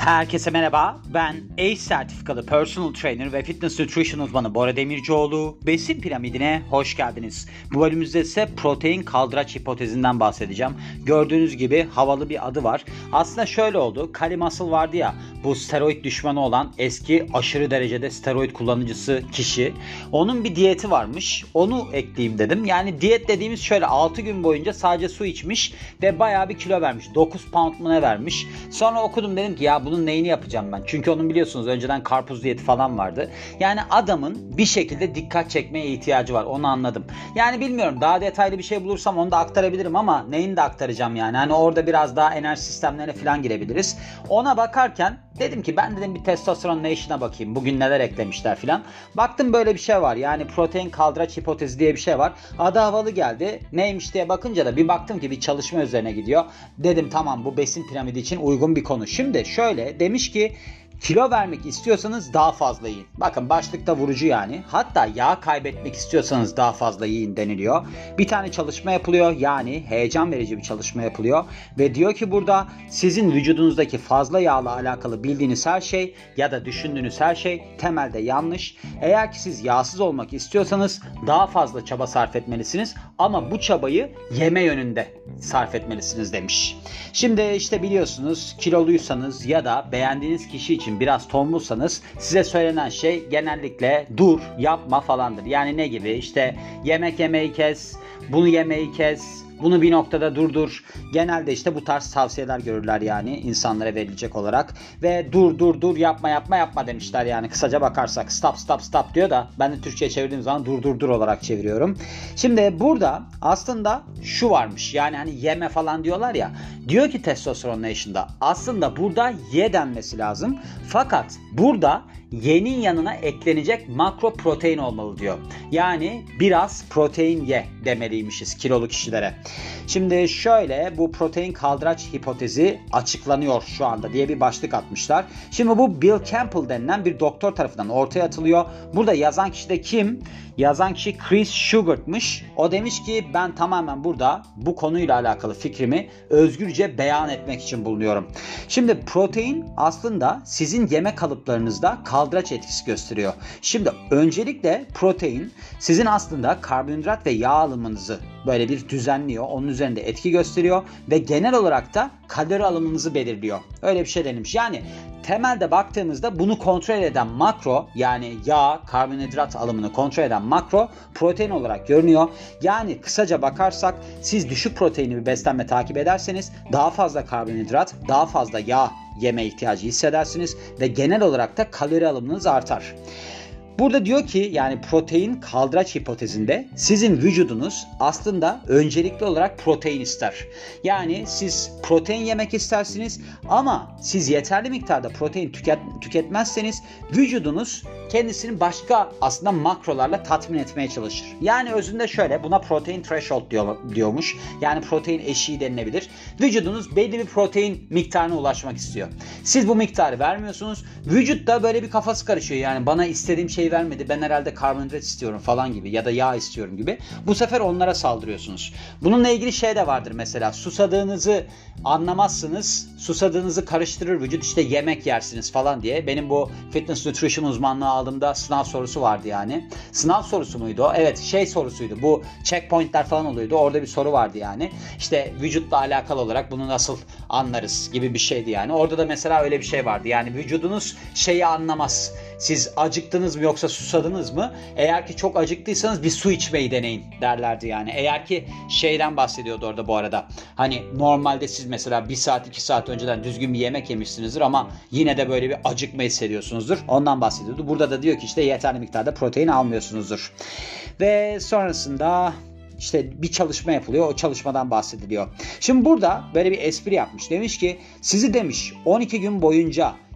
Herkese merhaba. Ben ACE sertifikalı personal trainer ve fitness nutrition uzmanı Bora Demircioğlu. Besin piramidine hoş geldiniz. Bu bölümümüzde ise protein kaldıraç hipotezinden bahsedeceğim. Gördüğünüz gibi havalı bir adı var. Aslında şöyle oldu. Cali Muscle vardı ya, bu steroid düşmanı olan eski aşırı derecede steroid kullanıcısı kişi. Onun bir diyeti varmış. Onu ekleyeyim dedim. Yani diyet dediğimiz şöyle 6 gün boyunca sadece su içmiş ve bayağı bir kilo vermiş. 9 pound mu ne vermiş. Sonra okudum, dedim ki ya bunun neyini yapacağım ben? Çünkü onun biliyorsunuz önceden karpuz diyeti falan vardı. Yani adamın bir şekilde dikkat çekmeye ihtiyacı var. Onu anladım. Yani bilmiyorum, daha detaylı bir şey bulursam onu da aktarabilirim ama neyini de aktaracağım yani. Hani orada biraz daha enerji sistemlerine falan girebiliriz. Ona bakarken dedim ki ben dedim bir Testosterone Nation'a bakayım. Bugün neler eklemişler filan. Baktım böyle bir şey var. Yani protein kaldıraç hipotezi diye bir şey var. Adı havalı geldi. Neymiş diye bakınca da bir baktım ki bir çalışma üzerine gidiyor. Dedim tamam, bu besin piramidi için uygun bir konu. Şimdi şöyle demiş ki kilo vermek istiyorsanız daha fazla yiyin. Bakın başlıkta vurucu yani. Hatta yağ kaybetmek istiyorsanız daha fazla yiyin deniliyor. Bir tane çalışma yapılıyor. Yani heyecan verici bir çalışma yapılıyor. Ve diyor ki burada sizin vücudunuzdaki fazla yağla alakalı bildiğiniz her şey ya da düşündüğünüz her şey temelde yanlış. Eğer ki siz yağsız olmak istiyorsanız daha fazla çaba sarf etmelisiniz. Ama bu çabayı yeme yönünde sarf etmelisiniz demiş. Şimdi işte biliyorsunuz, kiloluysanız ya da beğendiğiniz kişi için biraz tombulsanız size söylenen şey genellikle dur, yapma falandır. Yani ne gibi? İşte yemek yemeyi kes, bunu yemeyi kes, bunu bir noktada durdur. Genelde işte bu tarz tavsiyeler görürler yani insanlara verilecek olarak. Ve dur yapma demişler yani. Kısaca bakarsak stop diyor da ben de Türkçe'ye çevirdiğim zaman dur olarak çeviriyorum. Şimdi burada aslında şu varmış. Yani hani yeme falan diyorlar ya. Diyor ki Testosterone Nation'da aslında burada ye denmesi lazım. Fakat burada yenin yanına eklenecek makro protein olmalı diyor. Yani biraz protein ye demeliymişiz kilolu kişilere. Şimdi şöyle, bu protein kaldıraç hipotezi açıklanıyor şu anda diye bir başlık atmışlar. Şimdi bu Bill Campbell denilen bir doktor tarafından ortaya atılıyor. Burada yazan kişi de kim? Yazan kişi Chris Sugart'mış. O demiş ki ben tamamen burada bu konuyla alakalı fikrimi özgürce beyan etmek için bulunuyorum. Şimdi protein aslında sizin yeme kalıplarınızda kaldıraç etkisi gösteriyor. Şimdi öncelikle protein sizin aslında karbonhidrat ve yağ alımınızı böyle bir düzenliyor. Onun üzerinde etki gösteriyor ve genel olarak da kalori alımınızı belirliyor. Öyle bir şey denilmiş. Yani temelde baktığımızda bunu kontrol eden makro, yani yağ, karbonhidrat alımını kontrol eden makro protein olarak görünüyor. Yani kısaca bakarsak siz düşük proteinli bir beslenme takip ederseniz daha fazla karbonhidrat, daha fazla yağ yeme ihtiyacı hissedersiniz ve genel olarak da kalori alımınız artar. Burada diyor ki yani protein kaldıraç hipotezinde sizin vücudunuz aslında öncelikli olarak protein ister. Yani siz protein yemek istersiniz ama siz yeterli miktarda protein tüketmezseniz vücudunuz kendisini başka aslında makrolarla tatmin etmeye çalışır. Yani özünde şöyle, buna protein threshold diyormuş. Yani protein eşiği denilebilir. Vücudunuz belli bir protein miktarına ulaşmak istiyor. Siz bu miktarı vermiyorsunuz. Vücut da böyle bir kafası karışıyor. Yani bana istediğim şeyi vermedi. Ben herhalde karbonhidrat istiyorum falan gibi ya da yağ istiyorum gibi. Bu sefer onlara saldırıyorsunuz. Bununla ilgili şey de vardır mesela. Susadığınızı anlamazsınız. Susadığınızı karıştırır vücut, işte yemek yersiniz falan diye. Benim bu fitness nutrition uzmanlığı aldığımda sınav sorusu vardı yani. Sınav sorusu muydu o? Evet, sorusuydu. Bu checkpointler falan oluyordu. Orada bir soru vardı yani. İşte vücutla alakalı olarak bunu nasıl anlarız gibi bir şeydi yani. Orada da mesela öyle bir şey vardı. Yani vücudunuz şeyi anlamaz. Siz acıktınız mı yoksa susadınız mı? Eğer ki çok acıktıysanız bir su içmeyi deneyin derlerdi yani. Eğer ki şeyden bahsediyordu orada bu arada. Hani normalde siz mesela 1 saat 2 saat önceden düzgün bir yemek yemişsinizdir ama yine de böyle bir acıkma hissediyorsunuzdur. Ondan bahsediyordu. Burada da diyor ki işte yeterli miktarda protein almıyorsunuzdur. Ve sonrasında İşte bir çalışma yapılıyor. O çalışmadan bahsediliyor. Şimdi burada böyle bir espri yapmış. Demiş ki sizi demiş 12 gün boyunca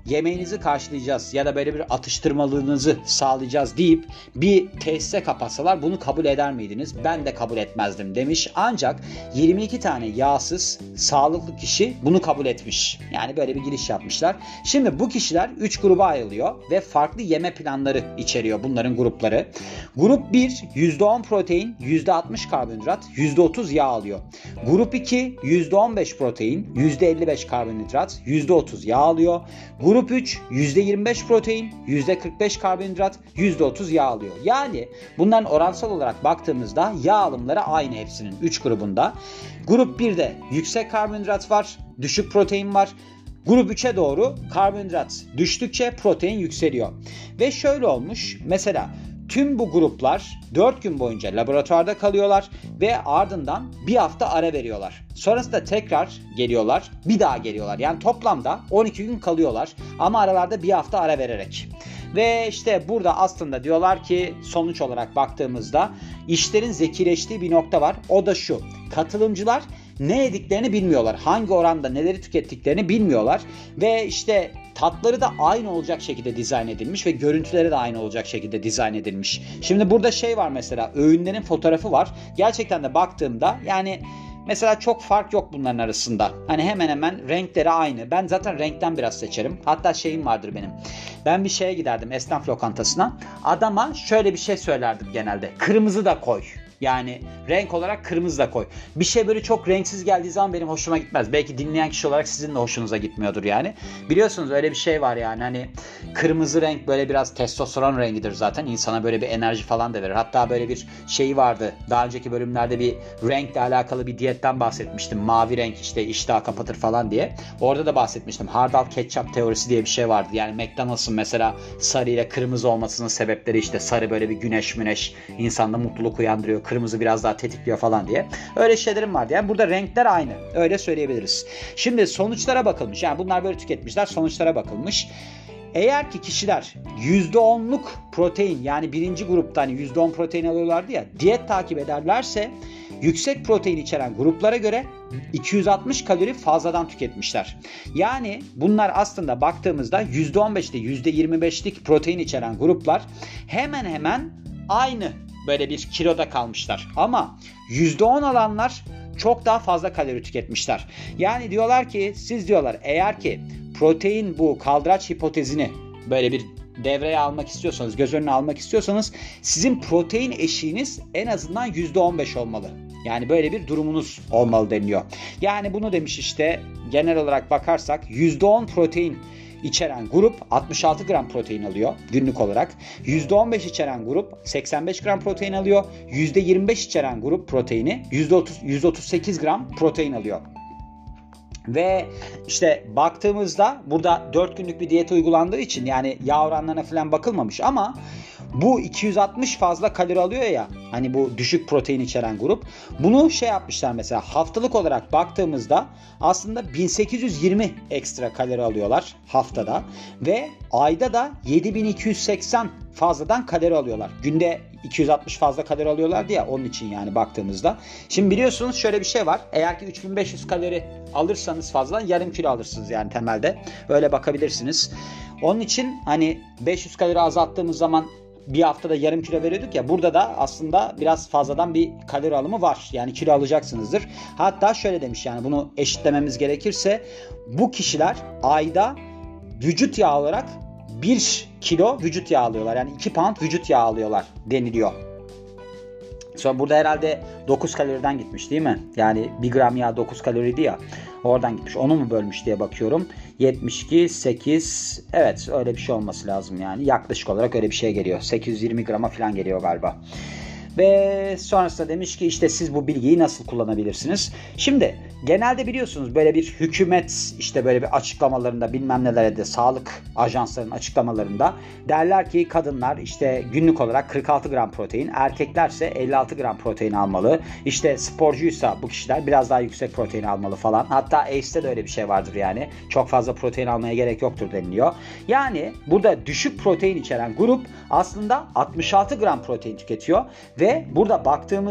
yemeğinizi karşılayacağız ya da böyle bir atıştırmalığınızı sağlayacağız deyip bir tesise kapatsalar bunu kabul eder miydiniz? Ben de kabul etmezdim demiş. Ancak 22 tane yağsız, sağlıklı kişi bunu kabul etmiş. Yani böyle bir giriş yapmışlar. Şimdi bu kişiler 3 gruba ayrılıyor ve farklı yeme planları içeriyor bunların grupları. Grup 1 %10 protein, %60 karbonhidrat, %30 yağ alıyor. Grup 2 %15 protein, %55 karbonhidrat, %30 yağ alıyor. Grup 3 %25 protein, %45 karbonhidrat, %30 yağ alıyor. Yani bunların oransal olarak baktığımızda yağ alımları aynı hepsinin 3 grubunda. Grup 1'de yüksek karbonhidrat var, düşük protein var. Grup 3'e doğru karbonhidrat düştükçe protein yükseliyor. Ve şöyle olmuş. Mesela tüm bu gruplar 4 gün boyunca laboratuvarda kalıyorlar ve ardından bir hafta ara veriyorlar. Sonrasında tekrar geliyorlar, bir daha geliyorlar. Yani toplamda 12 gün kalıyorlar ama aralarda bir hafta ara vererek. Ve işte burada aslında diyorlar ki sonuç olarak baktığımızda işlerin zekileştiği bir nokta var. O da şu: katılımcılar ne yediklerini bilmiyorlar. Hangi oranda neleri tükettiklerini bilmiyorlar. Ve işte tatları da aynı olacak şekilde dizayn edilmiş ve görüntüleri de aynı olacak şekilde dizayn edilmiş. Şimdi burada şey var, mesela öğünlerin fotoğrafı var. Gerçekten de baktığımda yani mesela çok fark yok bunların arasında. Hani hemen hemen renkleri aynı. Ben zaten renkten biraz seçerim. Hatta şeyim vardır benim. Ben bir şeye giderdim, esnaf lokantasına. Adama şöyle bir şey söylerdim genelde: kırmızı da koy. Yani renk olarak kırmızı da koy. Bir şey böyle çok renksiz geldiği zaman benim hoşuma gitmez. Belki dinleyen kişi olarak sizin de hoşunuza gitmiyordur yani. Biliyorsunuz öyle bir şey var yani, hani kırmızı renk böyle biraz testosteron rengidir zaten. İnsana böyle bir enerji falan da verir. Hatta böyle bir şeyi vardı. Daha önceki bölümlerde bir renkle alakalı bir diyetten bahsetmiştim. Mavi renk işte iştahı kapatır falan diye. Orada da bahsetmiştim. Hardal ketçap teorisi diye bir şey vardı. Yani McDonald's'ın mesela sarı ile kırmızı olmasının sebepleri işte sarı böyle bir güneş insanda mutluluk uyandırıyor. Kırmızı biraz daha tetikliyor falan diye. Öyle şeylerim vardı. Yani burada renkler aynı. Öyle söyleyebiliriz. Şimdi sonuçlara bakılmış. Yani bunlar böyle tüketmişler. Sonuçlara bakılmış. Eğer ki kişiler %10'luk protein, yani birinci gruptan %10 protein alıyorlardı ya, diyet takip ederlerse yüksek protein içeren gruplara göre 260 kalori fazladan tüketmişler. Yani bunlar aslında baktığımızda %15'te %25'lik protein içeren gruplar hemen hemen aynı böyle bir kiloda kalmışlar. Ama %10 alanlar çok daha fazla kalori tüketmişler. Yani diyorlar ki, siz diyorlar eğer ki protein bu kaldıraç hipotezini böyle bir devreye almak istiyorsanız, göz önüne almak istiyorsanız sizin protein eşiğiniz en azından %15 olmalı. Yani böyle bir durumunuz olmalı deniliyor. Yani bunu demiş işte, genel olarak bakarsak %10 protein içeren grup 66 gram protein alıyor günlük olarak. %15 içeren grup 85 gram protein alıyor. %25 içeren grup proteini 138 gram protein alıyor. Ve işte baktığımızda burada 4 günlük bir diyet uygulandığı için yani yağ oranlarına falan bakılmamış ama bu 260 fazla kalori alıyor ya, hani bu düşük protein içeren grup. Bunu şey yapmışlar, mesela haftalık olarak baktığımızda aslında 1820 ekstra kalori alıyorlar haftada ve ayda da 7280 fazladan kalori alıyorlar. Günde 260 fazla kalori alıyorlardı ya, onun için yani baktığımızda. Şimdi biliyorsunuz şöyle bir şey var. Eğer ki 3500 kalori alırsanız fazladan yarım kilo alırsınız yani temelde. Öyle bakabilirsiniz. Onun için hani 500 kalori azalttığımız zaman bir haftada yarım kilo veriyorduk ya, burada da aslında biraz fazladan bir kalori alımı var. Yani kilo alacaksınızdır. Hatta şöyle demiş, yani bunu eşitlememiz gerekirse bu kişiler ayda vücut yağı olarak 1 kilo vücut yağı alıyorlar. Yani 2 pound vücut yağı alıyorlar deniliyor. Sonra burada herhalde 9 kaloriden gitmiş değil mi? Yani 1 gram yağ 9 kaloriydi ya. Oradan gitmiş. Onu mu bölmüş diye bakıyorum. 72, 8. Evet, öyle bir şey olması lazım yani. Yaklaşık olarak öyle bir şey geliyor. 820 grama falan geliyor galiba. Ve sonrasında demiş ki işte siz bu bilgiyi nasıl kullanabilirsiniz? Şimdi genelde biliyorsunuz böyle bir hükümet işte böyle bir açıklamalarında bilmem nelerde, sağlık ajanslarının açıklamalarında derler ki kadınlar işte günlük olarak 46 gram protein, erkeklerse 56 gram protein almalı. İşte sporcuysa bu kişiler biraz daha yüksek protein almalı falan. Hatta ACE'de de öyle bir şey vardır yani. Çok fazla protein almaya gerek yoktur deniliyor. Yani burada düşük protein içeren grup aslında 66 gram protein tüketiyor. Ve burada baktığımızda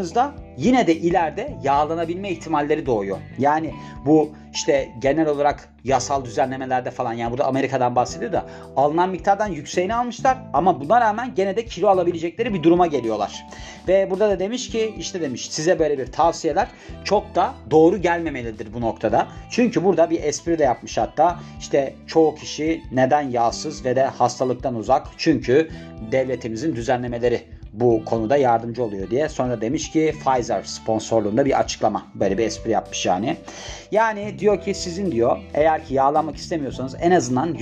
yine de ileride yağlanabilme ihtimalleri doğuyor. Yani bu işte genel olarak yasal düzenlemelerde falan, yani burada Amerika'dan bahsediyor da, alınan miktardan yükseğini almışlar ama buna rağmen gene de kilo alabilecekleri bir duruma geliyorlar. Ve burada da demiş ki işte demiş, size böyle bir tavsiyeler çok da doğru gelmemelidir bu noktada. Çünkü burada bir espri de yapmış hatta, işte çoğu kişi neden yağsız ve de hastalıktan uzak? Çünkü devletimizin düzenlemeleri bu konuda yardımcı oluyor diye. Sonra demiş ki Pfizer sponsorluğunda bir açıklama. Böyle bir espri yapmış yani. Yani diyor ki sizin diyor, eğer ki yağlanmak istemiyorsanız en azından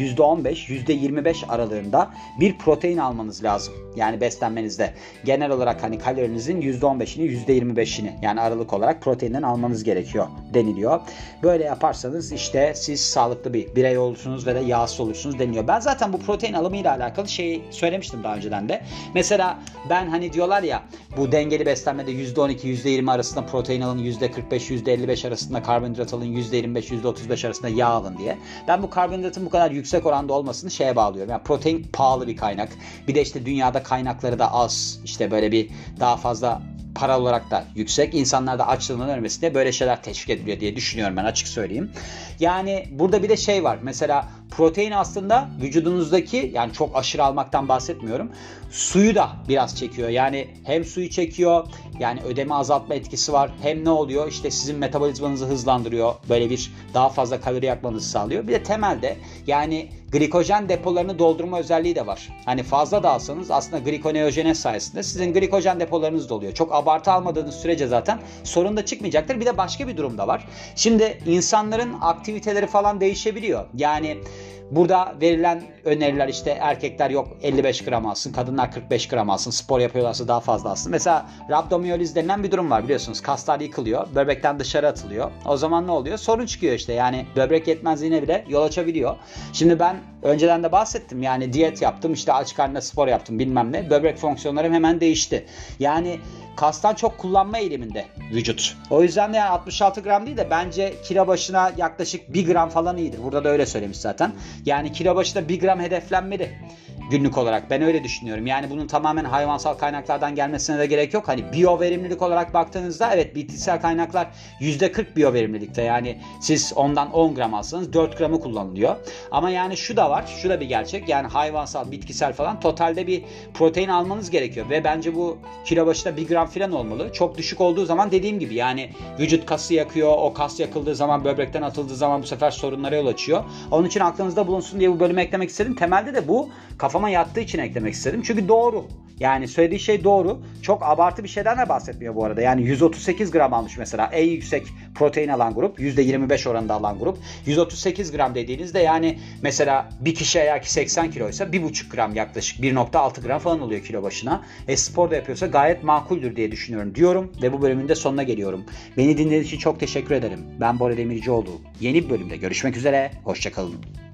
%15-25 aralığında bir protein almanız lazım. Yani beslenmenizde. Genel olarak hani kalorinizin %15'ini %25'ini yani aralık olarak proteinden almanız gerekiyor deniliyor. Böyle yaparsanız işte siz sağlıklı bir birey olursunuz ve de yağsız olursunuz deniliyor. Ben zaten bu protein alımıyla alakalı şeyi söylemiştim daha önceden de. Mesela ben hani diyorlar ya, bu dengeli beslenmede %12-%20 arasında protein alın, %45-%55 arasında karbonhidrat alın, %25-%35 arasında yağ alın diye. Ben bu karbonhidratın bu kadar yüksek oranda olmasını şeye bağlıyorum. Yani protein pahalı bir kaynak. Bir de işte dünyada kaynakları da az. İşte böyle bir daha fazla para olarak da yüksek. İnsanlar da açlığından ölmesin diye böyle şeyler teşvik ediliyor diye düşünüyorum ben, açık söyleyeyim. Yani burada bir de şey var. Mesela protein aslında vücudunuzdaki, yani çok aşırı almaktan bahsetmiyorum, suyu da biraz çekiyor. Yani hem suyu çekiyor, yani ödemi azaltma etkisi var. Hem ne oluyor? İşte sizin metabolizmanızı hızlandırıyor. Böyle bir daha fazla kalori yakmanızı sağlıyor. Bir de temelde yani glikojen depolarını doldurma özelliği de var. Hani fazla da alsanız aslında glikoneojenez sayesinde sizin glikojen depolarınız doluyor. Çok abartı almadığınız sürece zaten sorun da çıkmayacaktır. Bir de başka bir durum da var. Şimdi insanların aktiviteleri falan değişebiliyor. Yani burada verilen öneriler işte erkekler yok 55 gram alsın, kadınlar 45 gram alsın, spor yapıyorlarsa daha fazla alsın. Mesela rabdomiyoliz denilen bir durum var, biliyorsunuz. Kaslar yıkılıyor, böbrekten dışarı atılıyor. O zaman ne oluyor? Sorun çıkıyor işte, yani böbrek yetmezliğine bile yol açabiliyor. Şimdi ben önceden de bahsettim, yani diyet yaptım, işte aç karnına spor yaptım bilmem ne, böbrek fonksiyonlarım hemen değişti. Yani kastan çok kullanma eğiliminde vücut. O yüzden de yani 66 gram değil de bence kilo başına yaklaşık 1 gram falan iyidir. Burada da öyle söylemiş zaten. Yani kilo başına 1 gram hedeflenmeli günlük olarak. Ben öyle düşünüyorum. Yani bunun tamamen hayvansal kaynaklardan gelmesine de gerek yok. Hani biyo verimlilik olarak baktığınızda evet, bitkisel kaynaklar %40 biyo verimlilikte. Yani siz ondan 10 gram alsanız 4 gramı kullanılıyor. Ama yani şu da var. Şu da bir gerçek. Yani hayvansal, bitkisel falan totalde bir protein almanız gerekiyor. Ve bence bu kilo başına 1 gram falan olmalı. Çok düşük olduğu zaman dediğim gibi yani vücut kası yakıyor. O kas yakıldığı zaman, böbrekten atıldığı zaman bu sefer sorunlara yol açıyor. Onun için aklınızda bulunsun diye bu bölümü eklemek istedim. Temelde de bu kafama yattığı için eklemek istedim. Çünkü doğru. Yani söylediği şey doğru. Çok abartı bir şeyden de bahsetmiyor bu arada. Yani 138 gram almış mesela. En yüksek protein alan grup. %25 oranında alan grup. 138 gram dediğinizde yani mesela bir kişi eğer ki 80 kiloysa 1,5 gram, yaklaşık 1,6 gram falan oluyor kilo başına. Spor da yapıyorsa gayet makuldür diye düşünüyorum diyorum ve bu bölümün de sonuna geliyorum. Beni dinlediğiniz için çok teşekkür ederim. Ben Bora Demircioğlu. Yeni bir bölümde görüşmek üzere. Hoşça kalın.